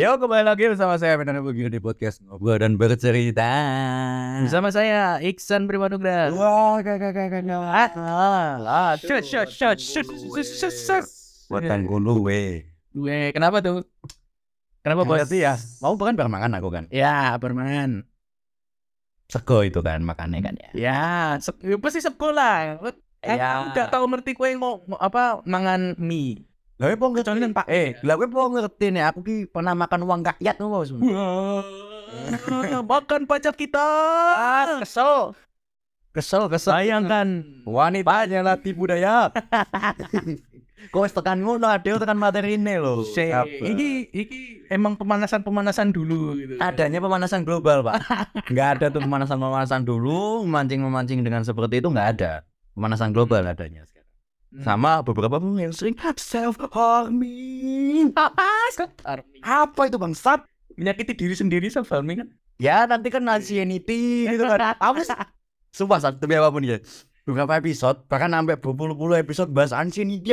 Yo, kembali lagi bersama saya Medan Bugio di podcast Ngobrol dan Bercerita. Bersama saya Iksan Primanugra. Wah, buatan gulu Kenapa tuh? Kenapa bos? Berarti ya, mau bukan bermangan aku kan? Ya, bermangan. Sego itu kan makannya kan ya. Ya, pasti sekolah. Ya. Udah tahu ngerti kue apa mangan mie. Lah apa ngerti Kecuali Pak. lah kowe apa ngerti nih aku ki pernah makan uang rakyat ngono. Makan pajak kita. Kesel. Bayangkan wanita latih budaya. Kok tekan ngono adeo tekan materi ini loh. Iki emang pemanasan dulu gitu. Adanya pemanasan global, Pak. Enggak ada tuh pemanasan dulu, memancing dengan seperti itu enggak ada. Pemanasan global adanya sekarang. Sama beberapa yang sering self harming. Apa itu bangsat? Menyakiti diri sendiri self harming kan? Ya nanti kan anxiety gitu kan. Apa sih? Sumpah saat demi apapun ya. Beberapa episode bahkan sampai berpuluh-puluh episode bahas anxiety.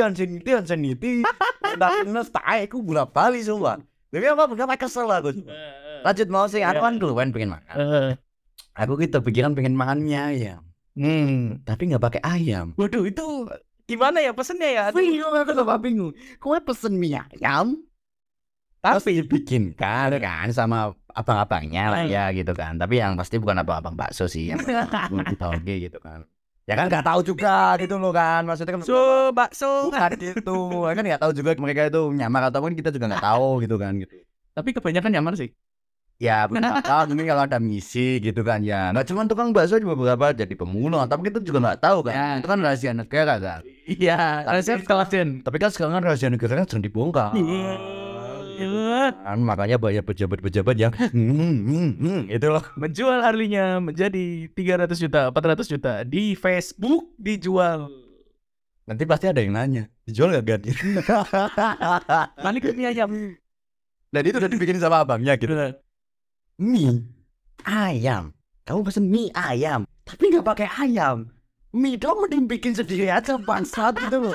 Dan tak aku bolak-balik semua. Tapi apa beberapa kesel aku. Lanjut mau sih aku kan dulu kan pengen makan. Aku gitu pikiran pengen makan mie ayam. Tapi nggak pakai ayam. Waduh itu gimana ya pesennya ya? Bingung aku tambah bingung. Kau pesen mie ayam, tapi bikinkan kan sama abang-abangnya lah ya gitu kan. Tapi yang pasti bukan abang-abang bakso sih, yang toge gitu kan. Ya kan nggak tahu juga gitu loh kan. Maksudnya kan bakso kan gitu. Kan nggak tahu juga mereka itu nyamar atau mungkin kita juga nggak tahu gitu kan gitu. Tapi kebanyakan nyamar sih. Ya benar, mungkin kalau ada misi gitu kan ya. Nggak cuma tukang bakso juga beberapa jadi pemulung, tapi kita juga nggak tahu kan. Ya. Itu kan rahasia negara kan. Iya, rahasia kelasin. Tapi kan sekarang rahasia negara kan sedang dibongkar. Makanya banyak pejabat-pejabat yang itu loh menjual Harley-nya menjadi 300 juta, 400 juta di Facebook dijual. Nanti pasti ada yang nanya, dijual nggak ganti? Balik ke mie ayam. Dan itu udah dibikin sama abangnya gitu. Mie ayam, kamu pesen mie ayam tapi nggak pakai ayam. Mie dong mending bikin sendiri aja bangsat gitu loh.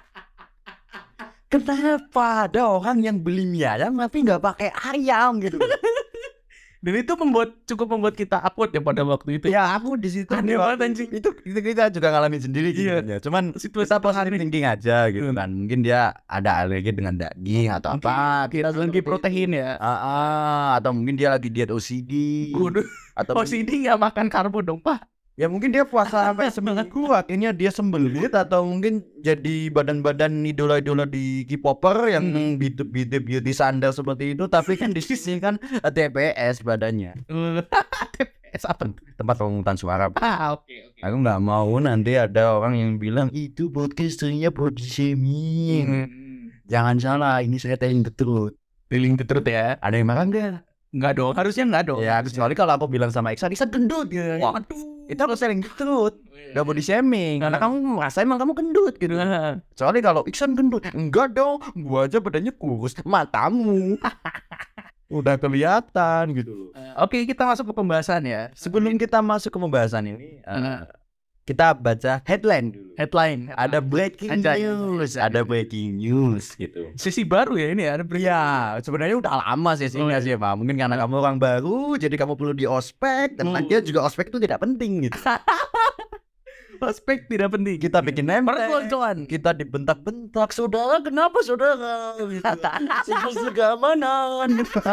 Kenapa ada orang yang beli mie ayam tapi nggak pakai ayam gitu? Dan itu cukup membuat kita upload ya pada waktu itu. Ya aku di situ aneh banget anjing. Itu kita juga ngalamin sendiri gitu ya. Cuman kita positive thinking aja gitu kan. Mungkin dia ada alergi dengan daging atau apa. Kita lagi protein ya. Atau mungkin dia lagi diet OCD. Atau OCD nggak makan karbo dong Pak. Ya mungkin dia puasa sampai seminggu, akhirnya dia sembelit atau mungkin jadi badan-badan idola-idola di K-popper yang beauty standar seperti itu, tapi kan di sini kan TPS badannya. TPS apa? Tempat pemungutan suara. Oke. Aku nggak mau nanti ada orang yang bilang itu podcasternya body shaming. Jangan salah, ini saya telling the truth. Telling the truth ya. Ada yang marah nggak? Enggak dong, harusnya enggak dong. Ya kecuali kalau aku bilang sama Iksan gendut gitu. Waduh. Itu harus telling the truth. Gak body shaming. Karena kamu merasa emang kamu gendut gitu. Kecuali kalau Iksan gendut. Enggak dong, gua aja badannya kurus. Matamu udah kelihatan gitu. Oke, kita masuk ke pembahasan ya. Sebelum kita masuk ke pembahasan ini, kita baca headline dulu. Headline. Ada breaking news. Ada breaking news gitu. Sesi baru ya ini ada ya. Sebenarnya udah lama sesinya sih Pak. Mungkin karena kamu orang baru, jadi kamu perlu di ospek. Dan dia juga ospek itu tidak penting gitu. Ospek tidak penting. Kita bikin nempel. Kita dibentak-bentak. Saudara, kenapa saudara? Segamanan.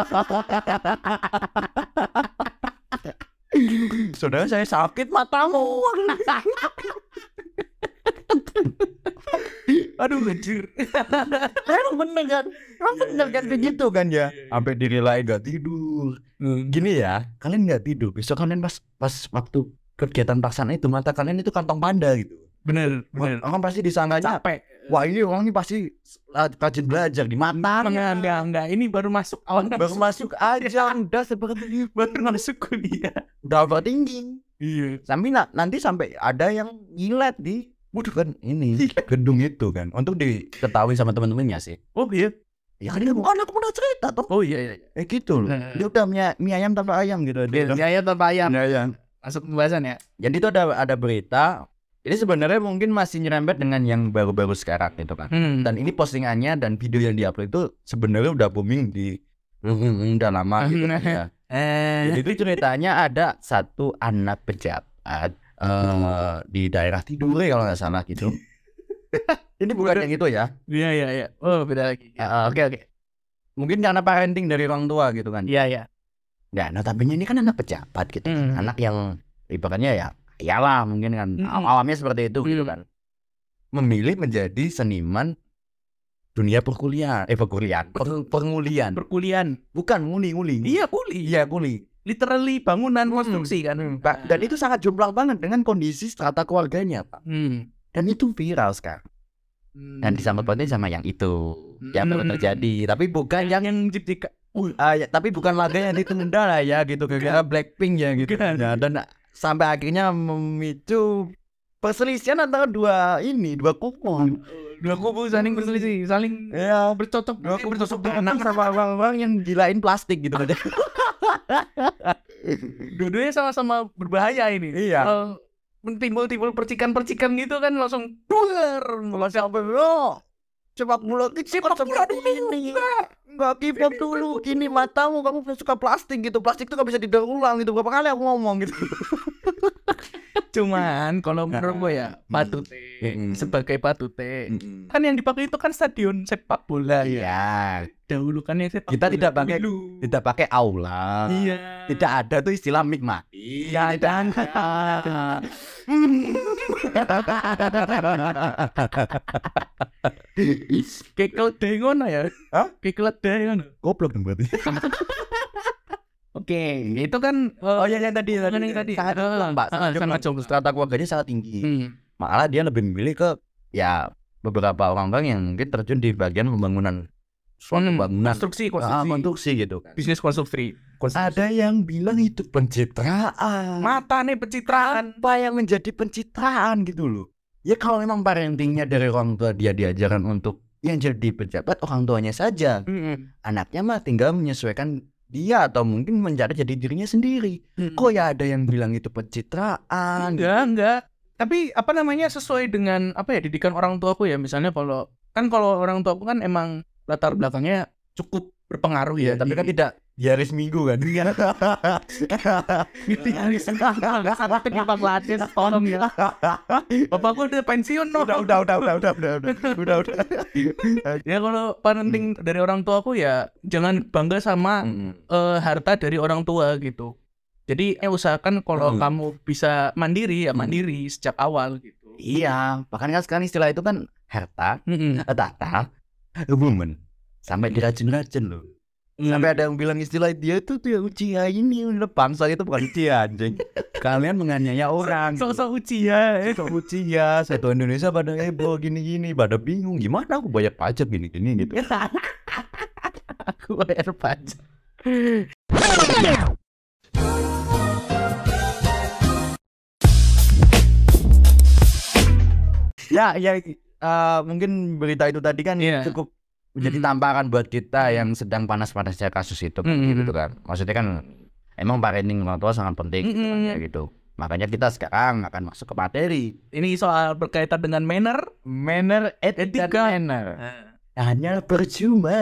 Saudara, saya sakit matamu. Aduh anjir. Emang bener kan begitu kan ya. Sampai direlain gak tidur. Gini ya, kalian gak tidur. Besok kalian pas waktu kegiatan pelaksanaan itu mata kalian itu kantong panda gitu. Bener. Orang pasti disangkanya capek. Wah ini orang ini pasti rajin belajar di mata. Enggak. Ini baru masuk awal. Baru masuk aja. Udah seperti baru masuk kuliah. Udah overthinking. Iya. Sampai nanti sampai ada yang nyilet di kan ini gedung itu kan. Untuk diketahui sama teman-temannya sih. Oh iya. Ya kan aku pernah cerita tuh. Oh iya. Gitu loh. Dia udah mie ayam tanpa ayam gitu. Mie ayam tanpa ayam. Iya. Masuk pembahasan ya. Jadi itu ada berita. Ini sebenarnya mungkin masih nyerempet dengan yang baru-baru sekarang gitu kan. Dan ini postingannya dan video yang diupload itu sebenarnya udah booming di udah lama gitu ya. Jadi itu ceritanya ada satu anak pejabat di daerah Tidore kalau nggak salah gitu. Ini bukan yang itu ya. Iya. Oh, beda lagi. Oke. Mungkin karena parenting dari orang tua gitu kan. Iya. Nah, notabene ini kan anak pejabat gitu. Anak yang ibaratnya ya iyalah mungkin kan awamnya seperti itu gitu kan. Memilih menjadi seniman dunia perkuliahan. Bukan nguli. Iya, kuli. Iya, kuli. Literally bangunan konstruksi kan. Dan itu sangat jomplang banget dengan kondisi strata keluarganya, Pak. Dan itu viral sekarang. Dan disambut pautnya sama yang itu yang baru terjadi, tapi bukan yang Jika tapi bukan laga yang ditunda lah ya gitu kayak Blackpink ya gitu. Ya, dan sampai akhirnya memicu perselisihan antara dua kubu saling berselisih, saling ya bercocok tanam sama orang yang gilain plastik gitu aja. Dua-duanya sama-sama berbahaya ini. Iya. Timbul percikan-percikan gitu kan langsung duar, langsung Cepat mulai Enggak keep up dulu. Gini matamu, kamu suka plastik gitu. Plastik tuh gak bisa didaur ulang gitu. Berapa kali aku ngomong gitu. Cuman kalau menurut gue ya Patute sebagai Patute kan yang dipakai itu kan stadion sepak bola ya. Dahulu kan yang sepak kita bola tidak pakai aula. Iya. Tidak ada tuh istilah mic mati. Iya, dan kekeledai ngono ya. Hah? Kekeledai ngono. Goblok dong berarti. Oke, itu kan yang tadi sangat Pak. Sangat jauh. Strata keluarganya sangat tinggi. Malah dia lebih memilih ke ya beberapa orang yang mungkin terjun di bagian pembangunan suatu bangunan konstruksi gitu kan. Bisnis konstruksi. Ada yang bilang itu pencitraan. Mata nih pencitraan. Apa yang menjadi pencitraan gitu loh. Ya kalau memang parentingnya dari orang tua dia diajarkan untuk yang jadi pejabat orang tuanya saja. Anaknya mah tinggal menyesuaikan dia atau mungkin mencari jadi dirinya sendiri. Kok ya ada yang bilang itu pencitraan? Enggak. Tapi apa namanya sesuai dengan apa ya didikan orang tuaku ya. Misalnya kalau orang tuaku kan emang latar belakangnya cukup berpengaruh ya. Tapi kan tidak di hari Minggu kan. Iya. Di hari Enggak sangat penyebab latih tolong ya. Bapakku udah pensiun no. Udah. Ya kalau parenting dari orang tua aku ya jangan bangga sama harta dari orang tua gitu. Jadi usahakan kalau kamu bisa mandiri ya mandiri sejak awal gitu. Iya, bahkan kan sekarang istilah itu kan harta, tata, woman, sampai diracun-racun loh. Sampai ada yang bilang istilah dia tuh yang Uchiha ini udah bangsa itu bukan Uchiha anjing. Kalian menganiaya orang. Sok Uchiha. Satu Indonesia pada heboh gini-gini, pada bingung gimana aku bayar pajak gini-gini gitu. Aku bayar pajak. Ya, mungkin berita itu tadi kan cukup menjadi tamparan buat kita yang sedang panas-panasnya kasus itu gitu kan. Maksudnya kan emang parenting orang tua sangat penting gitu. Makanya kita sekarang akan masuk ke materi. Ini soal berkaitan dengan manner, etika. Hanya percuma.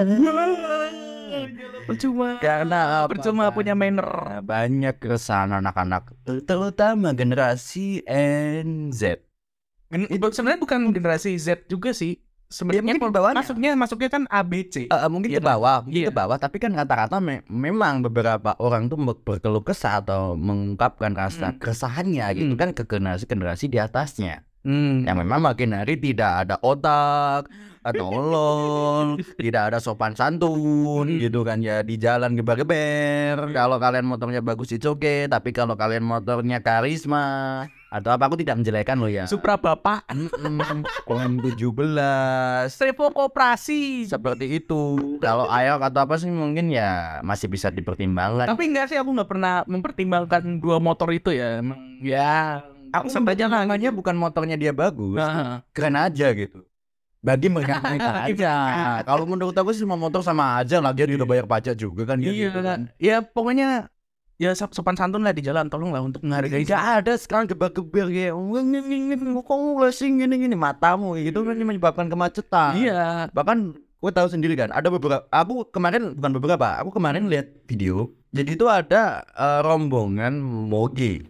Karena percuma punya manner. Banyak keresahan anak-anak, terutama generasi Z. Sebenarnya bukan generasi Z juga sih. Sebenarnya masuknya kan ABC. Mungkin ke bawah, tapi kan rata-rata memang beberapa orang tuh berkeluh kesah atau mengungkapkan rasa keresahannya gitu kan ke generasi di atasnya. Yang memang makin hari tidak ada otak, tolol, tidak ada sopan santun gitu kan ya, di jalan geber-geber. Kalau kalian motornya bagus itu oke, tapi kalau kalian motornya karisma atau apa, aku tidak menjelekan lo ya. Supra Bapak, Kolam 17, Revo Koperasi, seperti itu. Kalau Ayo atau apa sih mungkin ya masih bisa dipertimbangkan. Tapi enggak sih, aku nggak pernah mempertimbangkan dua motor itu ya. Emang ya. Aku sampainya namanya bukan motornya dia bagus, keren aja gitu. Bagi mereka aja. Kalau menurut aku sih semua motor sama aja lah, dia udah bayar pajak juga kan. Iya kan. Ya pokoknya ya sopan santun lah di jalan, tolonglah untuk menghargai. Tidak ada sekarang geber-geber kayak kamu racing gini-gini matamu gitu kan menyebabkan kemacetan. Iya. Bahkan Aku tahu sendiri kan, ada beberapa, aku kemarin lihat video. Jadi itu ada rombongan moge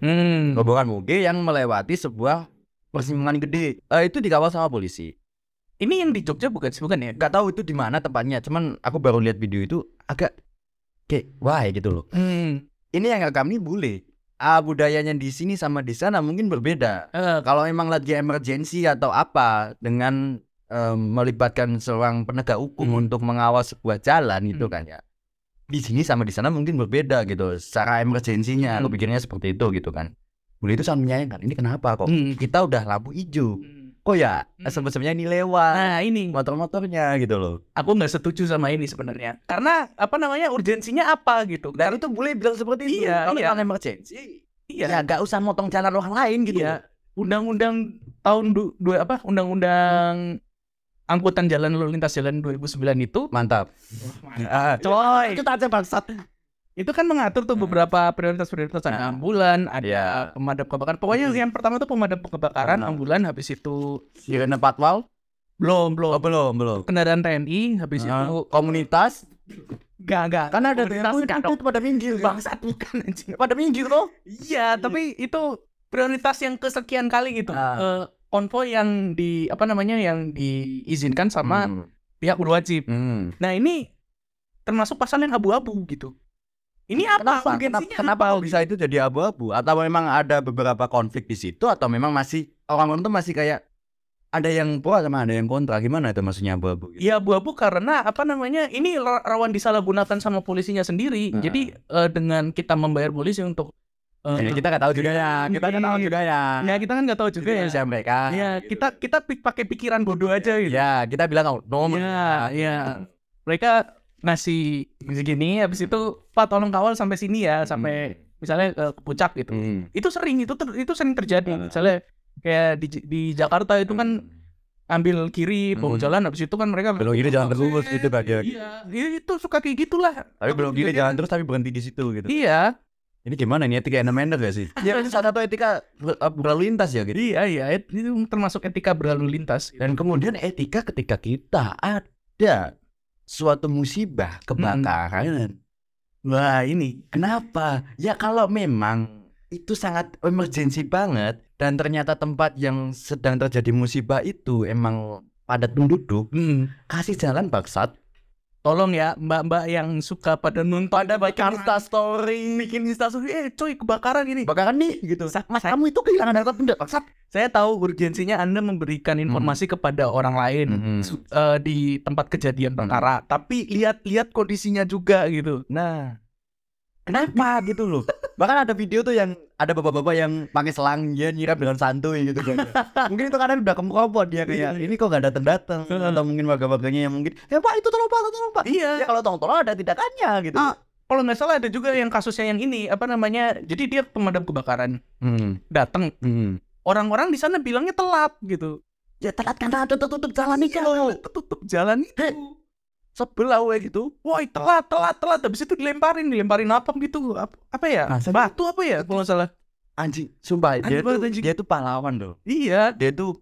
yang melewati sebuah persimpangan gede. Itu dikawal sama polisi. Ini yang di Jogja bukan ya? Gak tahu itu di mana tempatnya, cuman aku baru lihat video itu agak kayak wah gitu loh. Ini yang kami bule. Budayanya di sini sama di sana mungkin berbeda. Kalau memang lagi emergensi atau apa dengan melibatkan seorang penegak hukum untuk mengawal sebuah jalan itu kan ya. Di sini sama di sana mungkin berbeda gitu. Secara emergensinya aku pikirnya seperti itu gitu kan. Bule itu sangat menyayangkan. Ini kenapa kok kita udah lampu hijau? Kok ya sebetulnya ini lewat. Nah ini motor-motornya gitu loh. Aku nggak setuju sama ini sebenarnya. Karena urgensinya apa gitu. Dan itu boleh bilang seperti itu. Kalau emergensi, ya nggak usah motong jalan orang lain gitu. Iya. Undang-undang tahun Undang-Undang Angkutan Jalan Lalu Lintas Jalan 2009 itu mantap. Coy. Itu aja bangsat. Itu kan mengatur tuh beberapa prioritas-prioritas, ada ambulan, ada pemadam kebakaran. Pokoknya yang pertama tuh pemadam kebakaran, ambulan, habis itu sirene patwal. Belum. Kendaraan TNI, habis itu komunitas. Enggak. Kan ada itu pada minggir. Bangsat bukan anjing. Pada minggir loh. Iya, tapi itu prioritas yang kesekian kali gitu. Konvoy yang yang diizinkan sama pihak berwajib. Nah, ini termasuk pasal yang abu-abu gitu. Ini apa urgensinya? Kenapa bisa itu jadi abu-abu? Atau memang ada beberapa konflik di situ atau memang masih orang-orang tuh masih kayak ada yang pro sama ada yang kontra, gimana itu maksudnya abu-abu? Gitu? Iya abu-abu karena ini rawan disalahgunakan sama polisinya sendiri. Jadi dengan kita membayar polisi untuk kita nggak tahu juga ya. Kita kan nggak tahu juga ya. Mereka. Ya kita pakai pikiran bodoh aja gitu. Ya kita bilang Ya. Mereka ngasih gini, habis itu Pak tolong kawal sampai sini ya, sampai misalnya ke Puncak gitu. Itu sering terjadi. Misalnya kayak di Jakarta itu kan ambil kiri bawa jalan, habis itu kan mereka belok kiri jangan terus gitu bagian. Iya, itu suka kayak gitulah. Tapi belok kiri jangan terus tapi berhenti di situ gitu. Iya. Ini gimana nih etika enemender gak sih? Ya itu salah satu etika berlalu lintas ya gitu. Iya, itu termasuk etika berlalu lintas. Dan kemudian etika ketika kita ada suatu musibah kebakaran. Wah ini kenapa? Ya kalau memang itu sangat emergensi banget dan ternyata tempat yang sedang terjadi musibah itu emang padat penduduk, kasih jalan bangsat. Tolong ya mbak-mbak yang suka pada nonton, pada bikin instastory, coy kebakaran ini. Kebakaran nih gitu. Mas kamu itu kehilangan harta benda bangsat. Saya tahu urgensinya Anda memberikan informasi kepada orang lain di tempat kejadian perkara, tapi lihat kondisinya juga gitu. Nah, kenapa gitu loh? Bahkan ada video tuh yang ada bapak-bapak yang pakai selang dia nyiram dengan santuy gitu kan. Mungkin itu karena udah kempropot dia kayak ini kok gak datang-datang atau mungkin warga-warganya yang mungkin ya Pak itu tolong Pak. Iya. Ya kalau tolong ada tindakannya gitu. Kalau nggak salah ada juga yang kasusnya yang ini jadi dia pemadam kebakaran datang. Orang-orang di sana bilangnya telat gitu. Ya telat karena ada tutup jalan itu. Tutup jalan itu. Sebelah gitu. Woi telat. Habis itu dilemparin apa gitu. Apa ya? Batu apa ya? Kalau nggak salah. Anjing, sumpah dia tuh pahlawan loh. Iya. Dia tuh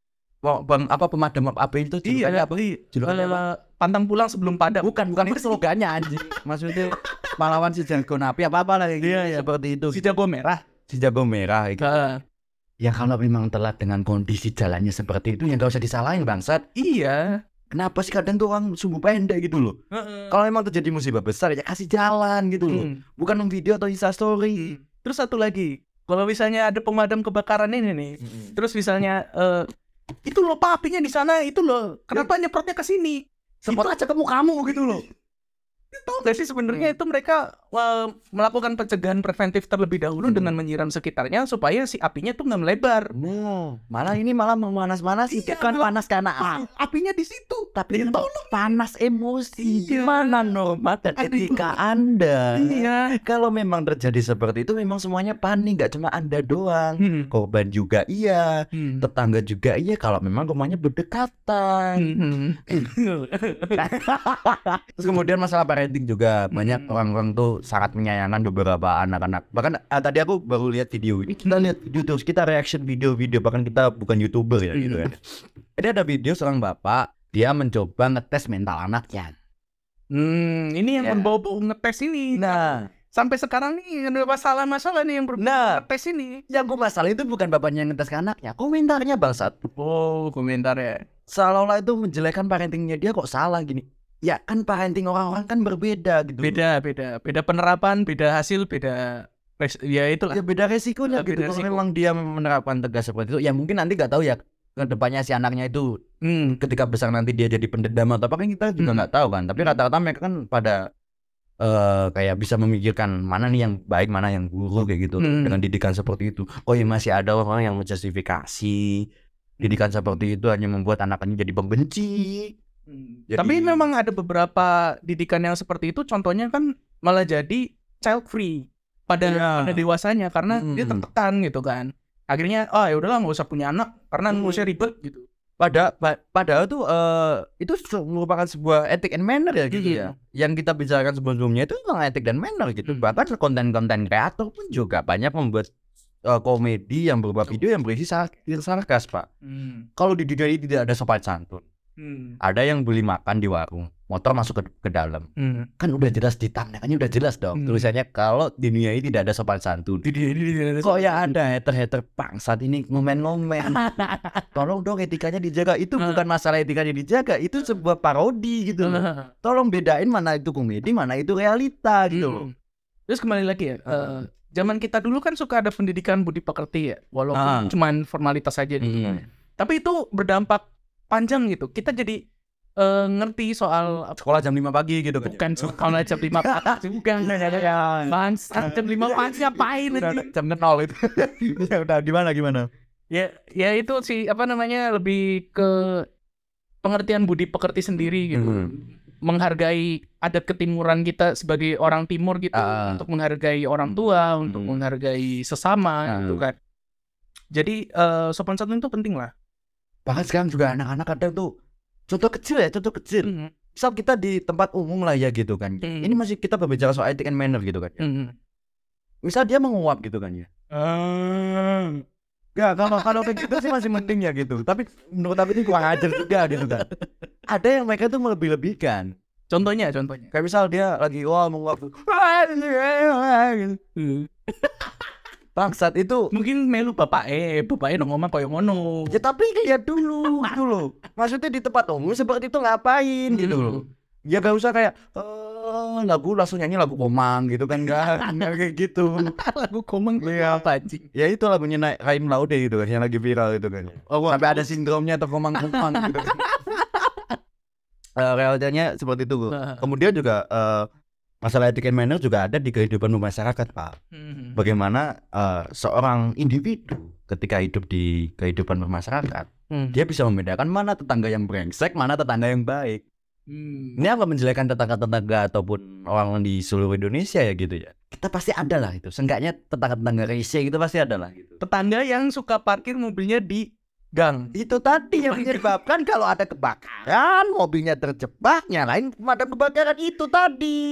pemadam api itu julukannya apa? Pantang pulang sebelum padam. Bukan itu slogannya anjing. Maksudnya pahlawan si jago api apa lagi seperti itu. Si jago merah gitu. Ya kalau memang telat dengan kondisi jalannya seperti itu ya nggak usah disalahin bangsat. Iya. Kenapa sih kadang tuh orang sumbu pendek gitu loh. Kalau memang terjadi musibah besar ya kasih jalan gitu loh. Bukan video atau instastory. Terus satu lagi, kalau misalnya ada pemadam kebakaran ini nih, terus misalnya itu loh Pak apinya di sana itu loh, kenapa nyemprotnya ke sini? Semprot aja ke mukamu gitu loh. Tahu gak sih sebenarnya itu mereka melakukan pencegahan preventif terlebih dahulu dengan menyiram sekitarnya supaya si apinya tuh nggak melebar. Malah memanas-manas itu kan panas karena apinya di situ. Tapi tolong panas emosi. Gimana norma dan etika Anda? Iya. Kalau memang terjadi seperti itu memang semuanya panik, nggak cuma Anda doang. Korban juga iya, tetangga juga iya. Kalau memang rumahnya berdekatan. Terus kemudian masalah parenting juga banyak orang-orang tuh sangat menyayangkan beberapa anak-anak. Bahkan tadi aku baru lihat video ini, kita lihat video terus kita reaction video bahkan kita bukan YouTuber ya gitu kan. Ini ada video seorang bapak dia mencoba ngetes mental anaknya. Ini yang berbau-bau ngetes ini. Nah, sampai sekarang nih ada masalah-masalah nih yang berbau ngetes ini. Yang gue masalah itu bukan bapaknya yang ngetes ke anaknya, komentarnya bangsat. Oh, komentar ya. Seolah-olah itu menjelekkan parentingnya dia kok salah gini. Ya kan parenting orang-orang kan berbeda gitu. Beda penerapan, beda hasil, beda ya itulah. Ya beda resikonya gitu. Kalau memang dia menerapkan tegas seperti itu, ya mungkin nanti nggak tahu ya ke depannya si anaknya itu ketika besar nanti dia jadi pendendam atau apa kan kita juga nggak tahu kan. Tapi rata-rata mereka kan pada kayak bisa memikirkan mana nih yang baik, mana yang buruk kayak gitu dengan didikan seperti itu. Oh ya masih ada orang yang menjustifikasi didikan seperti itu hanya membuat anaknya jadi pembenci. Jadi, tapi memang ada beberapa didikan yang seperti itu, contohnya kan malah jadi child free pada dewasanya karena dia tertekan gitu kan. Akhirnya ya udahlah nggak usah punya anak karena ngurusin ribet gitu. Padahal tuh itu merupakan sebuah ethic and manner ya gitu ya. Yang kita bicarakan sebelumnya itu tentang ethic dan manner gitu. Bahkan konten-konten kreator pun juga banyak membuat komedi yang berupa video yang berisi sarkas, Pak. Kalau di dunia ini tidak ada sopan santun. Ada yang beli makan di warung, motor masuk ke dalam. Kan udah jelas di thumbnail-nya udah jelas dong. Tulisannya kalau di dunia ini tidak ada sopan santun. Kok ya ada hater-hater bangsat ini ngomen-ngomen. Tolong dong etikanya dijaga. Itu bukan masalah etikanya dijaga, itu sebuah parodi gitu loh. Tolong bedain mana itu komedi, mana itu realita gitu loh. Terus kembali lagi ya, zaman kita dulu kan suka ada pendidikan budi pekerti ya, walaupun cuman formalitas saja. Tapi itu berdampak panjang gitu. Kita jadi ngerti soal sekolah jam 5 pagi gitu kan. Bukan sekolah jam 5 pagi bukan. Bangsat jam 5 pagi ngapain jam 0 itu. Ya udah gimana? Ya itu sih lebih ke pengertian budi pekerti sendiri gitu. Menghargai adat ketimuran kita sebagai orang timur gitu, untuk menghargai orang tua, untuk menghargai sesama gitu kan. Jadi sopan santun itu penting lah. Bahkan sekarang juga anak-anak kadang tuh contoh kecil. Misal kita di tempat umum lah ya gitu kan. Ini masih kita berbicara soal ethic and manner gitu kan. Misal dia menguap gitu kan ya. Ya kalau kayak gitu sih masih mending ya gitu. Tapi menurut aku ini kurang ajar juga gitu kan. Ada yang mereka tuh melebih-lebihkan. Contohnya kayak misal dia lagi menguap gitu. Bangsat itu mungkin melu bapaknya ngomong koyo ngono. Ya tapi lihat dulu gitu loh. Maksudnya di tempat umum seperti itu ngapain gitu loh. Ya gak usah kayak lagu langsung nyanyi lagu Komang gitu kan enggak kayak gitu. Lagu Komang apa anjing? Ya itu lagunya Raim Laude gitu kan yang lagi viral itu kan. Sampai ada sindromnya atau Komang gitu kan. Realitanya seperti itu. Kemudian juga masalah etik and manner juga ada di kehidupan masyarakat, Pak. Bagaimana seorang individu ketika hidup di kehidupan bermasyarakat, dia bisa membedakan mana tetangga yang brengsek, mana tetangga yang baik. Ini apa menjelekkan tetangga-tetangga ataupun orang di seluruh Indonesia ya gitu ya. Kita pasti ada lah itu. Seenggaknya tetangga-tetangga rese gitu pasti ada lah gitu. Tetangga yang suka parkir mobilnya di gang. Itu tadi yang menyebabkan kalau ada kebakaran mobilnya terjebak, nyalain pemadam kebakaran itu tadi.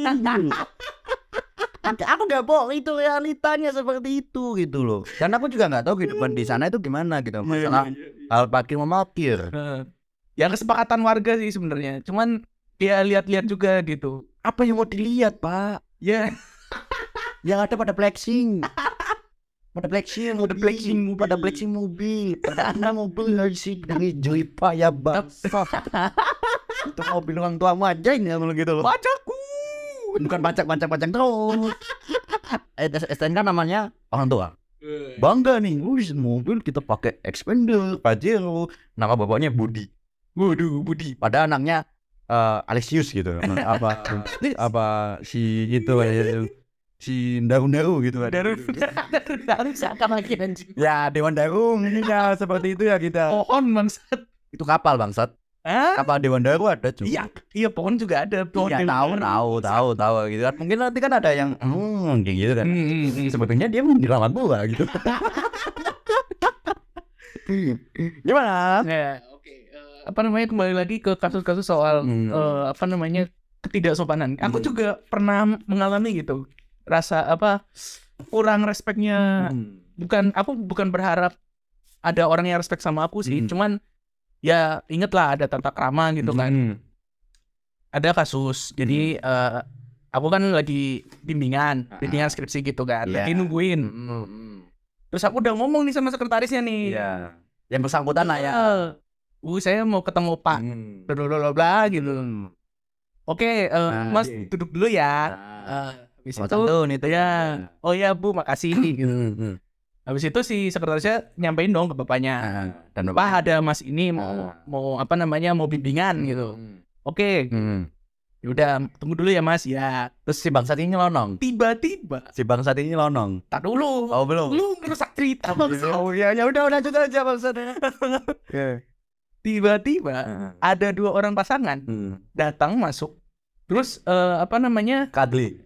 Aku nggak bohong, itu realitanya seperti itu gitu loh. Dan aku juga nggak tahu kehidupan di sana itu gimana gitu. Masalah hal parkir memarkir. Ya kesepakatan warga sih sebenarnya. Cuman dia lihat-lihat juga gitu. Apa yang mau dilihat, Pak? Ya. Yang ada pada flexing. Pada flexing mobil. Pada mobil dari Joypa ya bangsa. Itu mobil orang tua aja ini gitu loh. Pacarku. Bukan pacak terus. STNK namanya orang tua. Bangga nih, mobil kita pakai Xpander, Pajero. Nama bapaknya Budi. Waduh, Budi. Pada anaknya Alexius gitu. apa si itu si Daru gitu kan. Daru siapa lagi anjing? Ya Dewan Daru ya seperti itu ya kita. Pohon bangsat. Itu kapal bangsat. Kapal Dewan Daru ada cuy. Iya pohon juga ada. Tahu gitu kan. Mungkin nanti kan ada yang kayak gitu kan. Sebetulnya dia dirawat bola gitu. Gimana? Ya, oke. Kembali lagi ke kasus-kasus soal ketidaksopanan. Aku juga pernah mengalami gitu. Rasa kurang respeknya. Aku bukan berharap ada orang yang respect sama aku sih. Cuman ya ingetlah ada tata krama gitu kan. Ada kasus, jadi aku kan lagi bimbingan skripsi gitu kan, lagi nungguin. Terus aku udah ngomong nih sama sekretarisnya nih. Yang bersangkutan lah ya. Saya mau ketemu Pak bla bla gitu. Oke, Mas duduk dulu ya. Habis itu ya. Oh ya Bu, makasih gitu. Habis itu si sekretarisnya nyampein dong ke bapaknya. Dan Pak ada Mas ini mau apa namanya mau bimbingan gitu. Oke. Yaudah tunggu dulu ya Mas ya. Terus si bangsat ini lonong. Tiba-tiba Tak dulu. Oh belum. Lu ngerusak cerita bangsat. Oh ya udah lanjut aja bangsatnya. Tiba-tiba ada 2 orang pasangan datang masuk. Terus apa namanya? Kadli.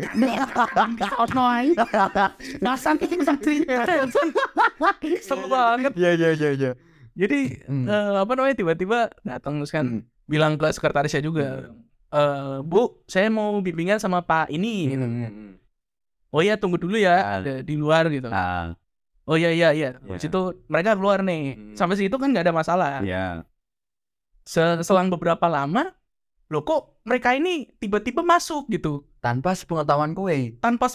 Seru banget. Iya. Jadi apa namanya tiba-tiba datang terus kan bilang ke sekretarisnya juga, Bu, saya mau bimbingan sama Pak ini. Oh ya tunggu dulu ya di luar gitu. Oh iya. Di situ mereka keluar nih. Sampai situ kan nggak ada masalah. Iya. Selang beberapa lama, loh kok mereka ini tiba-tiba masuk gitu. Tanpa sepengetahuan kowe. Tanpa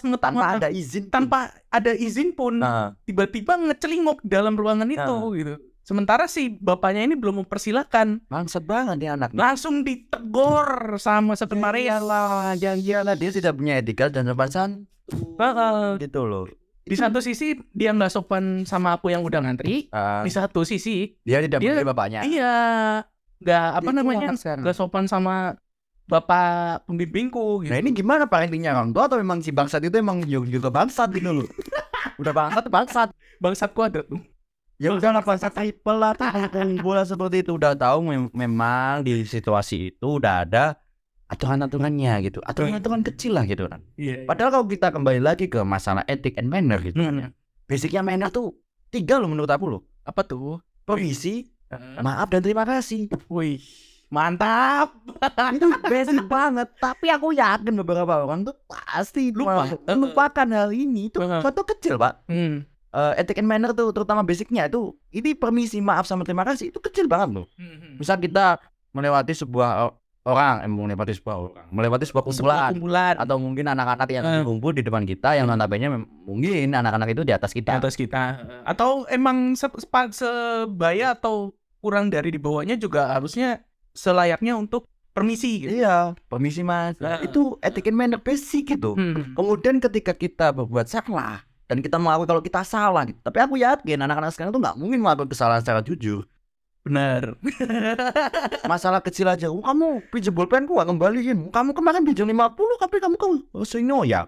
ada izin pun. Tiba-tiba ngecelingok dalam ruangan itu gitu. Sementara si bapaknya ini belum mempersilahkan. Bangsat banget dia anak. Langsung ditegur sama sekretaris. Iyalah dia tidak punya etika dan sopan santun. Gitu loh. Di satu sisi dia nggak sopan sama aku yang udah ngantri. Di satu sisi dia tidak punya bapaknya. Iya. Nggak apa namanya nggak sopan sama bapak pembimbingku gitu. Nah ini gimana parentingnya orang tua atau memang si bangsat itu emang juga bangsat gitu loh. Udah bangsat Bangsatku ada tuh. Ya udah lah bangsat type lah bola seperti itu. Udah tahu memang di situasi itu udah ada aturan-aturannya gitu. Aturan-aturan kecil lah gitu kan. Padahal kalau kita kembali lagi ke masalah etik and manner gitu. Basicnya manner tuh 3 loh menurut aku loh. Apa tuh? Permisi, maaf dan terima kasih. Wih, mantap. Itu basic banget. Tapi aku yakin beberapa orang tuh pasti melupakan hal ini. Itu contoh kecil Pak. Etik and manner tuh terutama basicnya itu ini permisi, maaf sama terima kasih itu kecil banget loh. Misal kita melewati sebuah melewati sebuah kumpulan atau mungkin anak-anak yang kumpul di depan kita yang notabene mungkin anak-anak itu di atas kita atau emang sebaya atau kurang dari di bawahnya juga harusnya selayaknya untuk permisi gitu. Iya, permisi Mas. Itu etik and manner basic gitu. Kemudian ketika kita berbuat salah dan kita mengakui kalau kita salah gitu. Tapi aku yakin anak-anak sekarang tuh nggak mungkin melakukan kesalahan secara jujur. Benar. Masalah kecil aja. Kamu pinjam bolpenku gak kembaliin. Kamu kemarin pinjam 50 tapi kamu sino ya.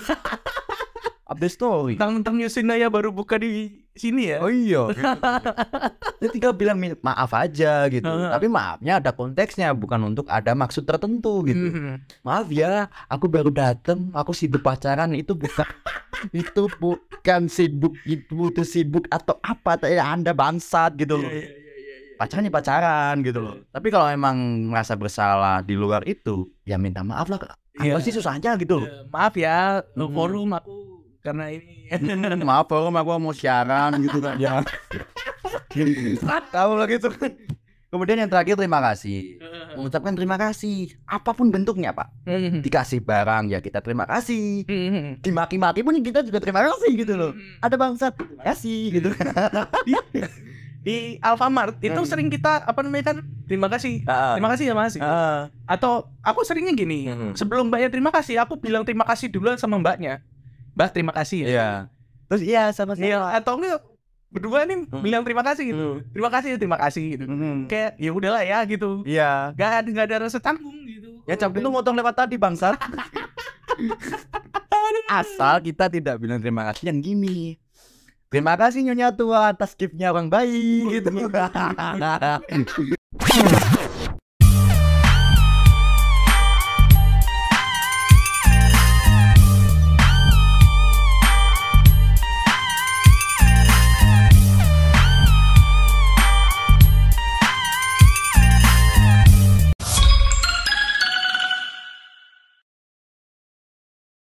Update story. Tentang Yusinaya baru buka di sini ya. Oh iya. Dia tinggal bilang maaf aja gitu. Tapi maafnya ada konteksnya, bukan untuk ada maksud tertentu gitu. Maaf ya, aku baru datang, aku sibuk pacaran itu bukan sibuk atau apa? Anda bangsat gitu loh. Pacaran gitu loh. Tapi kalau emang merasa bersalah di luar itu, ya minta maaf lah. Apa sih susahnya gitu loh. Maaf ya, forum aku karena ini. Maaf forum aku mau siaran gitu kan ya. Tahu lah gitu. Kemudian yang terakhir terima kasih. Mengucapkan terima kasih apapun bentuknya Pak. Dikasih barang ya kita terima kasih. Dimaki-maki pun kita juga terima kasih gitu loh. Ada bangsat terima kasih gitu. Di Alfamart itu sering kita apa namanya kan terima kasih ya Mas. Atau aku seringnya gini, sebelum mbaknya terima kasih aku bilang terima kasih duluan sama mbaknya. Mbak terima kasih ya. Iya. Terus sama-sama. Iya, atau enggak berdua nih bilang terima kasih gitu. Terima kasih gitu. Kayak ya udahlah ya gitu. Iya. Gak ada rasa tanggung gitu. Ya cap itu ngotong lewat tadi bangsat. Asal kita tidak bilang terima kasih yang gini. Terima kasih Nyonya Tua atas gift-nya orang baik gitu.